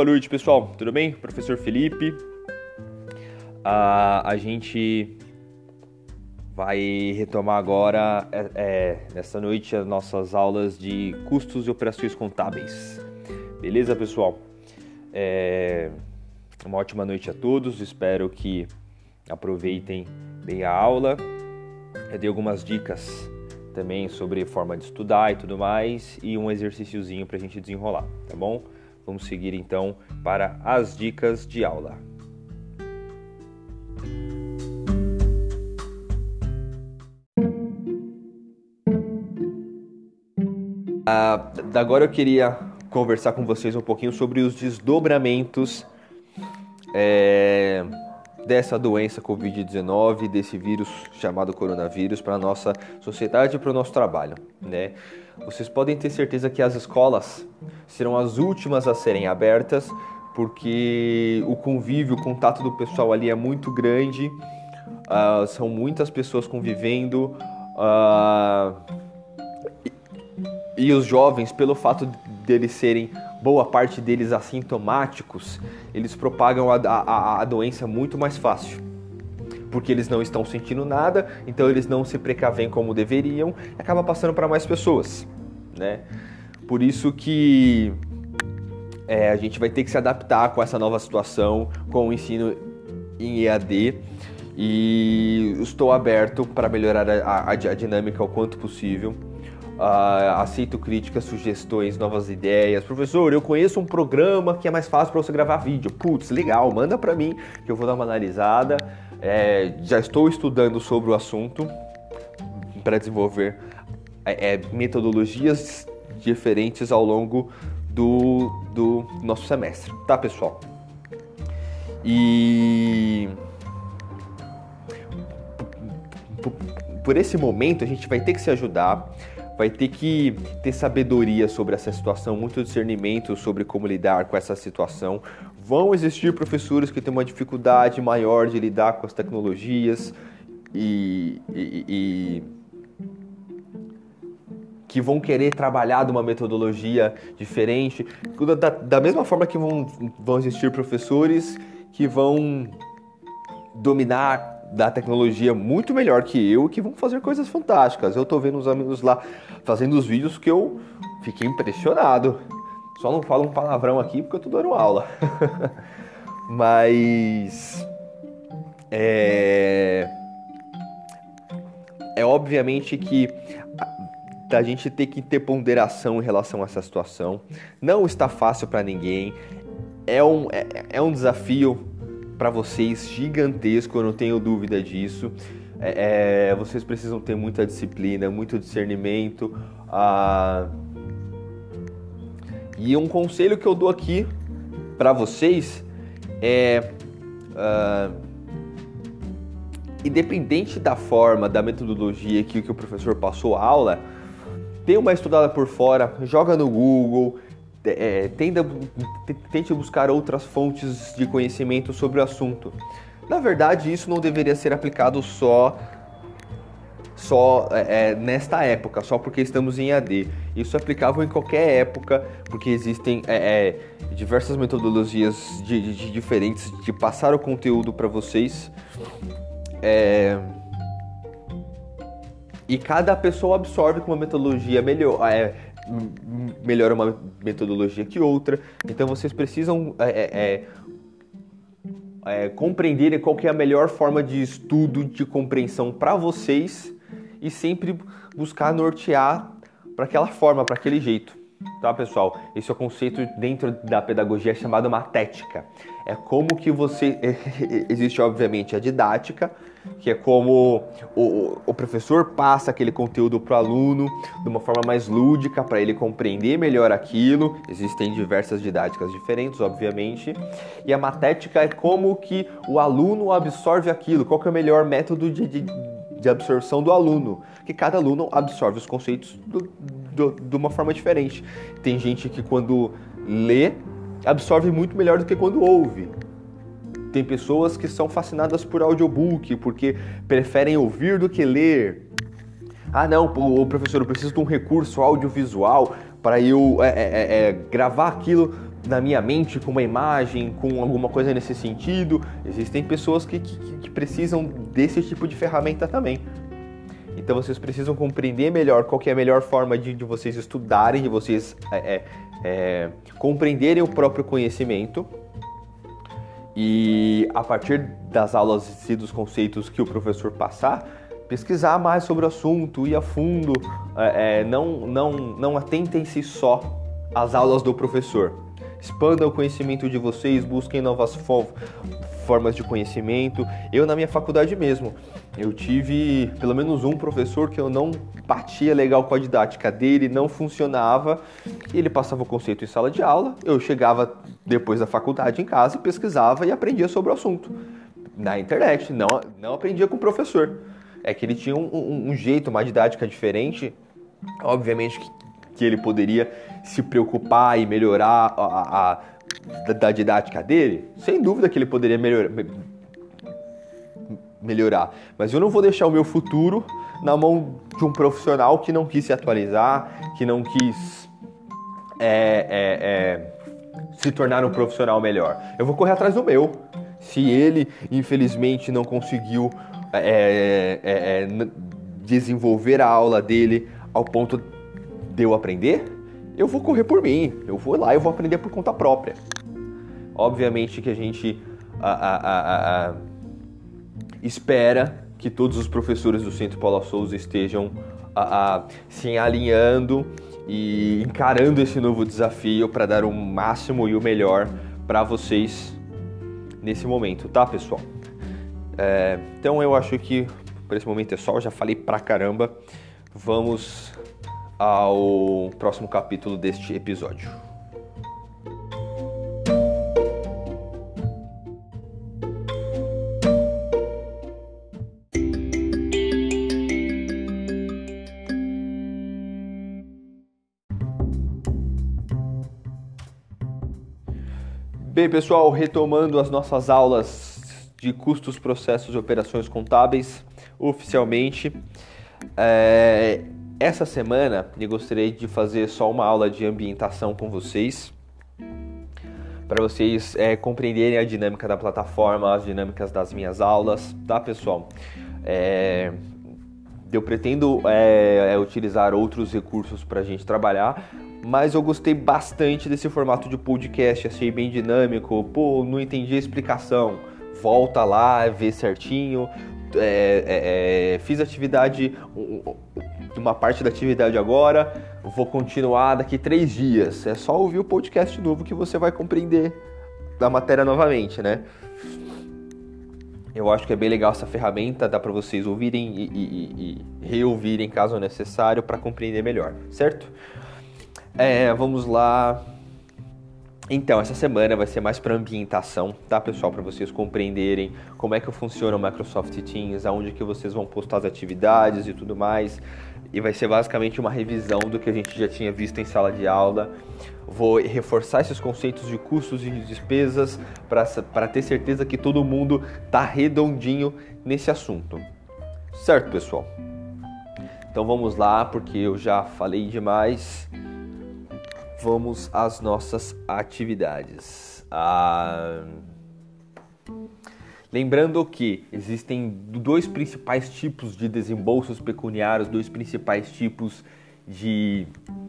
Boa noite, pessoal. Tudo bem? Professor Felipe. A gente vai retomar agora, nessa noite, as nossas aulas de custos e operações contábeis. Beleza, pessoal? Uma ótima noite a todos. Espero que aproveitem bem a aula. Eu dei algumas dicas também sobre forma de estudar e tudo mais, e um exercíciozinho para a gente desenrolar, tá bom? Vamos seguir então para as dicas de aula. Agora eu queria conversar com vocês um pouquinho sobre os desdobramentos dessa doença Covid-19, desse vírus chamado coronavírus, para a nossa sociedade e para o nosso trabalho, né? Vocês podem ter certeza que as escolas serão as últimas a serem abertas, porque o convívio, o contato do pessoal ali é muito grande, são muitas pessoas convivendo, e os jovens, pelo fato deles serem, boa parte deles assintomáticos, eles propagam a doença muito mais fácil, porque eles não estão sentindo nada, então eles não se precavem como deveriam e acaba passando para mais pessoas, né? Por isso que a gente vai ter que se adaptar com essa nova situação, com o ensino em EAD, e estou aberto para melhorar a dinâmica o quanto possível. Aceito críticas, sugestões, novas ideias. Professor, eu conheço um programa que é mais fácil para você gravar vídeo. Putz, legal, manda para mim que eu vou dar uma analisada. Já estou estudando sobre o assunto para desenvolver metodologias diferentes ao longo do nosso semestre, tá, pessoal? E por esse momento a gente vai ter que se ajudar, vai ter que ter sabedoria sobre essa situação, muito discernimento sobre como lidar com essa situação. Vão existir professores que têm uma dificuldade maior de lidar com as tecnologias e que vão querer trabalhar de uma metodologia diferente. Da mesma forma que vão existir professores que vão dominar da tecnologia muito melhor que eu, que vão fazer coisas fantásticas. Eu tô vendo os amigos lá fazendo os vídeos que eu fiquei impressionado. Só não falo um palavrão aqui porque eu tô dando aula. Mas é obviamente que a gente tem que ter ponderação em relação a essa situação. Não está fácil para ninguém. É um desafio para vocês gigantesco, eu não tenho dúvida disso. Vocês precisam ter muita disciplina, muito discernimento. E um conselho que eu dou aqui para vocês independente da forma, da metodologia que o professor passou a aula, dê uma estudada por fora, joga no Google, tente buscar outras fontes de conhecimento sobre o assunto. Na verdade, isso não deveria ser aplicado só nesta época, só porque estamos em AD. Isso é aplicável em qualquer época, porque existem diversas metodologias diferentes de passar o conteúdo para vocês. E cada pessoa absorve com uma metodologia melhor uma metodologia que outra. Então vocês precisam compreender qual que é a melhor forma de estudo, de compreensão para vocês, e sempre buscar nortear para aquela forma, para aquele jeito, tá, pessoal? Esse é o conceito dentro da pedagogia chamado matética. É como que você... Existe, obviamente, a didática, que é como o professor passa aquele conteúdo para o aluno de uma forma mais lúdica, para ele compreender melhor aquilo. Existem diversas didáticas diferentes, obviamente. E a matética é como que o aluno absorve aquilo, qual que é o melhor método de absorção do aluno, que cada aluno absorve os conceitos de uma forma diferente. Tem gente que quando lê, absorve muito melhor do que quando ouve. Tem pessoas que são fascinadas por audiobook, porque preferem ouvir do que ler. Ah não, professor, eu preciso de um recurso audiovisual para eu gravar aquilo na minha mente com uma imagem, com alguma coisa nesse sentido. Existem pessoas que precisam desse tipo de ferramenta também. Então vocês precisam compreender melhor qual que é a melhor forma de vocês estudarem, de vocês compreenderem o próprio conhecimento. E a partir das aulas e dos conceitos que o professor passar, pesquisar mais sobre o assunto, ir a fundo, não atentem-se só às aulas do professor. Expandam o conhecimento de vocês, busquem novas formas de conhecimento. Eu, na minha faculdade mesmo, eu tive pelo menos um professor que eu não batia legal com a didática dele, não funcionava. Ele passava o conceito em sala de aula, eu chegava depois da faculdade em casa, pesquisava e aprendia sobre o assunto. Na internet, não aprendia com o professor. É que ele tinha um jeito, uma didática diferente. Obviamente que ele poderia se preocupar e melhorar da didática dele. Sem dúvida que ele poderia melhorar. Mas eu não vou deixar o meu futuro na mão de um profissional que não quis se atualizar, que não quis se tornar um profissional melhor. Eu vou correr atrás do meu. Se ele, infelizmente, não conseguiu desenvolver a aula dele ao ponto de eu aprender, eu vou correr por mim. Eu vou lá e vou aprender por conta própria. Obviamente que a gente espera que todos os professores do Centro Paula Souza estejam se alinhando e encarando esse novo desafio para dar o máximo e o melhor para vocês nesse momento, tá, pessoal? Então eu acho que por esse momento é só, eu já falei pra caramba. Vamos ao próximo capítulo deste episódio. Bem, pessoal, retomando as nossas aulas de custos, processos e operações contábeis, oficialmente. Essa semana eu gostaria de fazer só uma aula de ambientação com vocês, para vocês compreenderem a dinâmica da plataforma, as dinâmicas das minhas aulas, tá, pessoal? Eu pretendo utilizar outros recursos para a gente trabalhar, mas eu gostei bastante desse formato de podcast, achei bem dinâmico. Pô, não entendi a explicação, volta lá, vê certinho. Fiz atividade, uma parte da atividade agora, vou continuar daqui 3 dias. É só ouvir o podcast novo que você vai compreender a matéria novamente, né? Eu acho que é bem legal essa ferramenta, dá para vocês ouvirem e reouvirem caso necessário para compreender melhor, certo? Vamos lá. Então, essa semana vai ser mais para ambientação, tá, pessoal? Para vocês compreenderem como é que funciona o Microsoft Teams, aonde que vocês vão postar as atividades e tudo mais. E vai ser basicamente uma revisão do que a gente já tinha visto em sala de aula. Vou reforçar esses conceitos de custos e de despesas para ter certeza que todo mundo tá redondinho nesse assunto. Certo, pessoal? Então vamos lá, porque eu já falei demais. Vamos às nossas atividades. Lembrando que existem 2 principais tipos de desembolsos pecuniários, 2 principais tipos de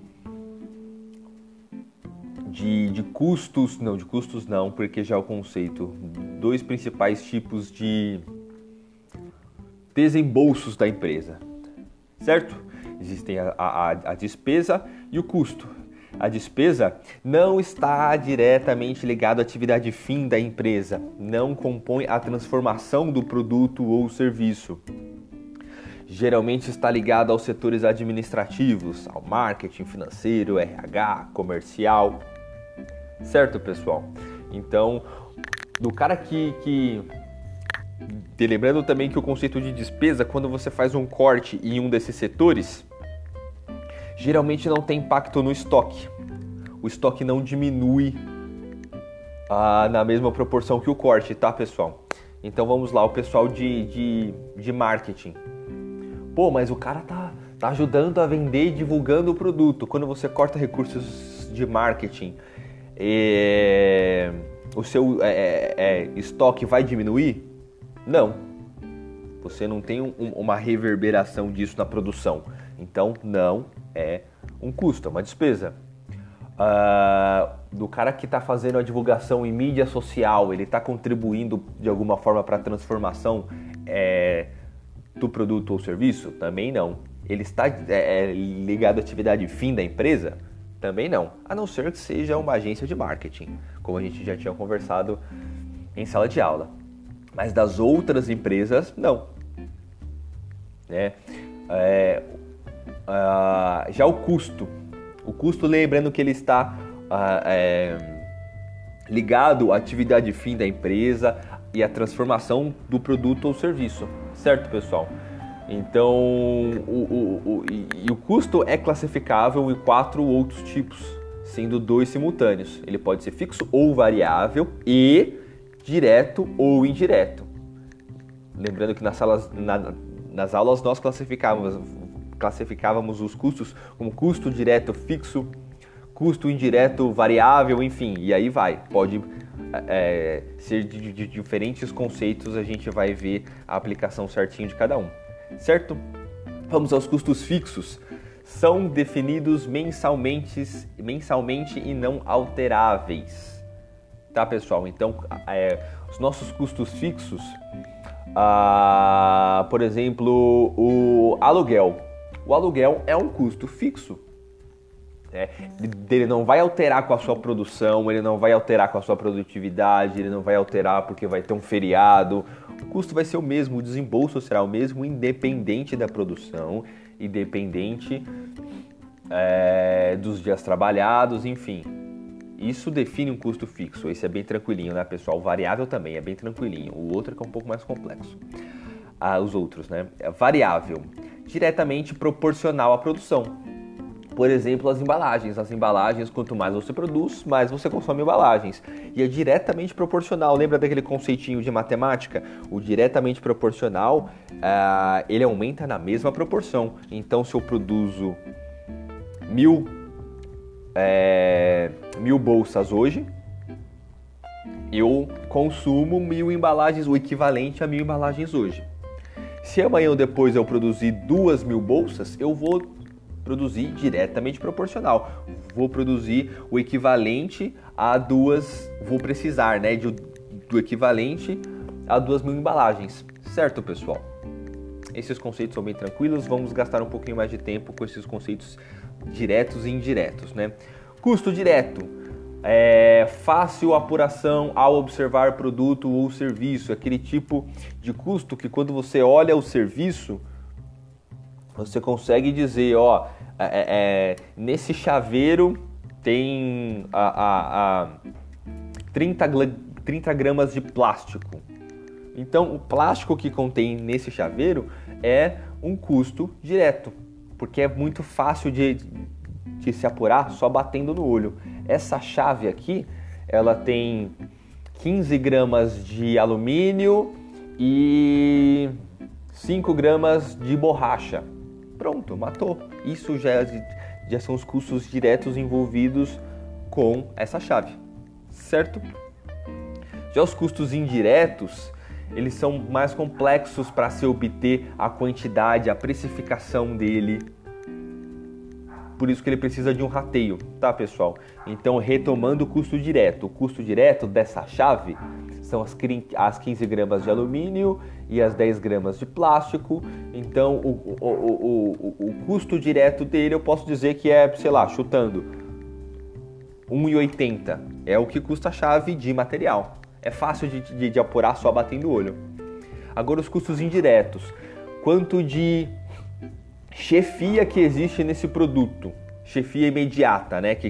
custos, não, de custos não, porque já é o conceito. 2 principais tipos de desembolsos da empresa, certo? Existem a despesa e o custo. A despesa não está diretamente ligada à atividade fim da empresa, não compõe a transformação do produto ou serviço. Geralmente está ligada aos setores administrativos, ao marketing, financeiro, RH, comercial. Certo, pessoal? Então, no cara lembrando também que o conceito de despesa, quando você faz um corte em um desses setores, geralmente não tem impacto no estoque. O estoque não diminui na mesma proporção que o corte, tá, pessoal? Então vamos lá, o pessoal de marketing. Pô, mas o cara tá ajudando a vender e divulgando o produto. Quando você corta recursos de marketing, o seu estoque vai diminuir? Não. Você não tem uma reverberação disso na produção. Então, não é um custo, é uma despesa. Do cara que está fazendo a divulgação em mídia social, ele está contribuindo de alguma forma para a transformação do produto ou serviço? Também não. Ele está ligado à atividade fim da empresa? Também não. A não ser que seja uma agência de marketing, como a gente já tinha conversado em sala de aula. Mas das outras empresas, não. Já o custo, lembrando que ele está ligado à atividade fim da empresa e à transformação do produto ou serviço, certo, pessoal? Então, o custo é classificável em 4 outros tipos, sendo 2 simultâneos. Ele pode ser fixo ou variável e direto ou indireto. Lembrando que nas aulas nós classificávamos os custos como custo direto fixo, custo indireto variável, enfim, e aí vai. Pode ser de diferentes conceitos, a gente vai ver a aplicação certinho de cada um, certo? Vamos aos custos fixos. São definidos mensalmente e não alteráveis. Tá, pessoal? Então, os nossos custos fixos, por exemplo, o aluguel. O aluguel é um custo fixo. Ele não vai alterar com a sua produção, ele não vai alterar com a sua produtividade, ele não vai alterar porque vai ter um feriado. O custo vai ser o mesmo, o desembolso será o mesmo, independente da produção, independente dos dias trabalhados, enfim. Isso define um custo fixo. Esse é bem tranquilinho, né, pessoal? O variável também é bem tranquilinho. O outro é que é um pouco mais complexo. Os outros, né? Variável, diretamente proporcional à produção. Por exemplo, as embalagens. As embalagens, quanto mais você produz, mais você consome embalagens. E é diretamente proporcional. Lembra daquele conceitinho de matemática? O diretamente proporcional, ele aumenta na mesma proporção. Então, se eu produzo 1000 bolsas hoje, eu consumo 1000 embalagens, o equivalente a 1000 embalagens hoje. Se amanhã ou depois eu produzir 2000 bolsas, eu vou produzir diretamente proporcional. Vou produzir o equivalente a vou precisar, né, do equivalente a 2000 embalagens. Certo, pessoal? Esses conceitos são bem tranquilos, vamos gastar um pouquinho mais de tempo com esses conceitos diretos e indiretos, né? Custo direto, fácil apuração ao observar produto ou serviço, aquele tipo de custo que quando você olha o serviço, você consegue dizer, nesse chaveiro tem 30 gramas de plástico. Então, o plástico que contém nesse chaveiro é um custo direto, porque é muito fácil de se apurar só batendo no olho. Essa chave aqui, ela tem 15 gramas de alumínio e 5 gramas de borracha. Pronto, matou. Isso já são os custos diretos envolvidos com essa chave, certo? Já os custos indiretos, eles são mais complexos para se obter a quantidade, a precificação dele. Por isso que ele precisa de um rateio, tá, pessoal? Então, retomando o custo direto. O custo direto dessa chave são as 15 gramas de alumínio e as 10 gramas de plástico. Então, o custo direto dele eu posso dizer que é, sei lá, chutando, R$1,80. É o que custa a chave de material. É fácil de apurar só batendo o olho. Agora, os custos indiretos. Quanto de chefia que existe nesse produto? Chefia imediata, né?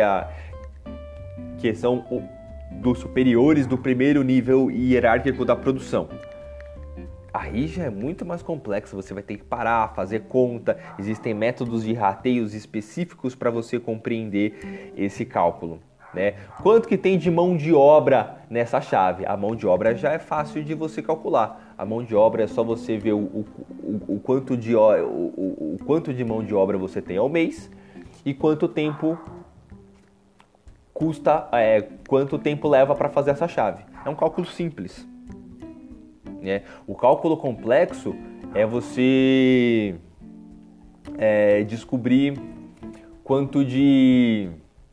Que são dos superiores do primeiro nível hierárquico da produção. Aí já é muito mais complexo, você vai ter que parar, fazer conta, existem métodos de rateios específicos para você compreender esse cálculo, né? Quanto que tem de mão de obra nessa chave? A mão de obra já é fácil de você calcular. A mão de obra é só você ver o quanto de mão de obra você tem ao mês e quanto tempo custa, quanto tempo leva para fazer essa chave. É um cálculo simples. Né? O cálculo complexo é você descobrir quanto de...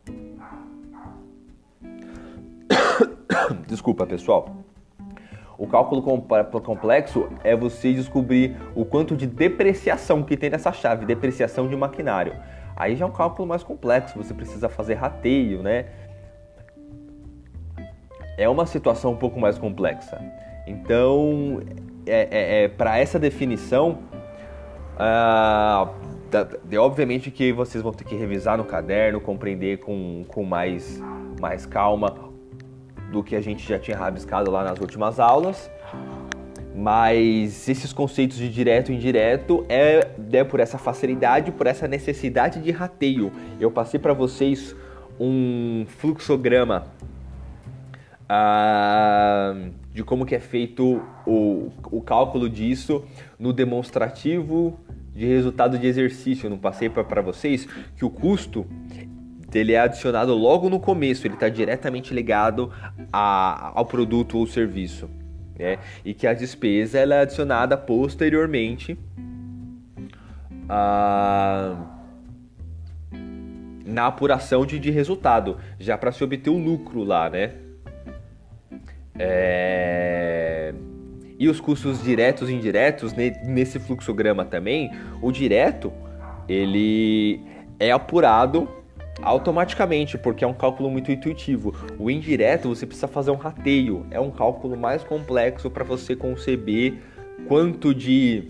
Desculpa, pessoal. O cálculo complexo é você descobrir o quanto de depreciação que tem nessa chave, depreciação de maquinário. Aí já é um cálculo mais complexo, você precisa fazer rateio, né? É uma situação um pouco mais complexa. Então, para essa definição, obviamente que vocês vão ter que revisar no caderno, compreender com mais calma do que a gente já tinha rabiscado lá nas últimas aulas. Mas esses conceitos de direto e indireto é por essa facilidade, por essa necessidade de rateio. Eu passei para vocês um fluxograma de como que é feito o cálculo disso no demonstrativo de resultado de exercício. Eu não passei para vocês que o custo ele é adicionado logo no começo, ele está diretamente ligado ao produto ou serviço, né? E que a despesa ela é adicionada posteriormente na apuração de resultado, já para se obter o lucro lá, né? E os custos diretos e indiretos, nesse fluxograma também, o direto ele é apurado automaticamente, porque é um cálculo muito intuitivo. O indireto você precisa fazer um rateio, é um cálculo mais complexo para você conceber quanto de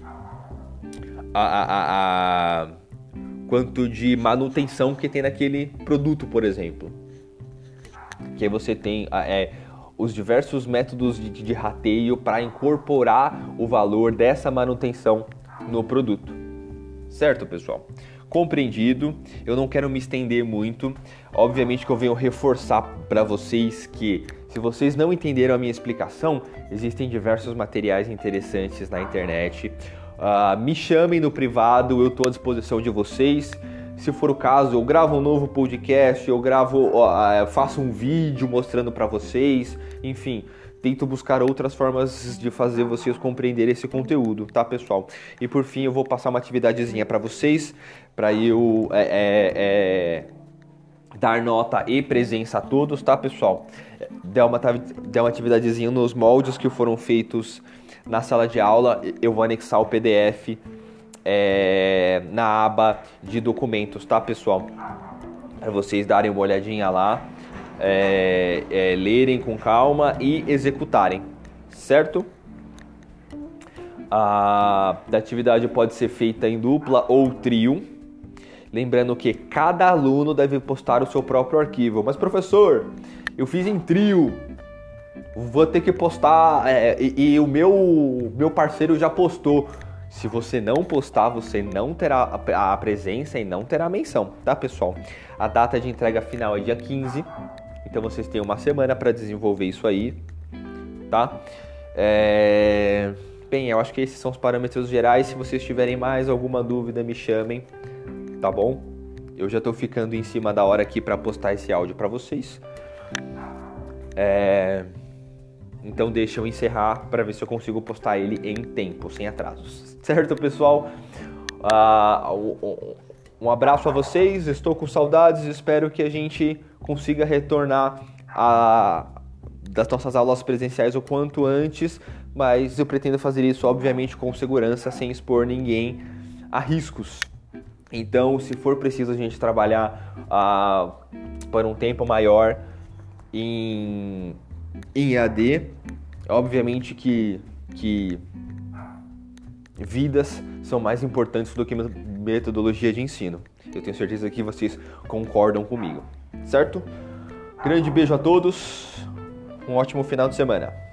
quanto de manutenção que tem naquele produto, por exemplo. Que aí você tem os diversos métodos de rateio para incorporar o valor dessa manutenção no produto. Certo, pessoal? Compreendido, eu não quero me estender muito. Obviamente que eu venho reforçar para vocês que, se vocês não entenderam a minha explicação, existem diversos materiais interessantes na internet. Me chamem no privado, eu estou à disposição de vocês. Se for o caso, eu gravo um novo podcast, eu faço um vídeo mostrando para vocês, enfim, tento buscar outras formas de fazer vocês compreenderem esse conteúdo, tá, pessoal? E por fim, eu vou passar uma atividadezinha para vocês, para eu dar nota e presença a todos, tá, pessoal? Der uma atividadezinha nos moldes que foram feitos na sala de aula. Eu vou anexar o PDF na aba de documentos, tá, pessoal? Para vocês darem uma olhadinha lá, lerem com calma e executarem, certo? A atividade pode ser feita em dupla ou trio. Lembrando que cada aluno deve postar o seu próprio arquivo. Mas, professor, eu fiz em trio, vou ter que postar e o meu parceiro já postou. Se você não postar, você não terá a presença e não terá a menção, tá, pessoal? A data de entrega final é dia 15, então vocês têm uma semana para desenvolver isso aí, tá? Bem, eu acho que esses são os parâmetros gerais. Se vocês tiverem mais alguma dúvida, me chamem, tá bom? Eu já estou ficando em cima da hora aqui para postar esse áudio para vocês. Então deixa eu encerrar para ver se eu consigo postar ele em tempo, sem atrasos. Certo, pessoal? Um abraço a vocês, estou com saudades, espero que a gente consiga retornar das nossas aulas presenciais o quanto antes, mas eu pretendo fazer isso, obviamente, com segurança, sem expor ninguém a riscos. Então, se for preciso a gente trabalhar por um tempo maior em EAD, obviamente que vidas são mais importantes do que metodologia de ensino. Eu tenho certeza que vocês concordam comigo, certo? Grande beijo a todos, um ótimo final de semana.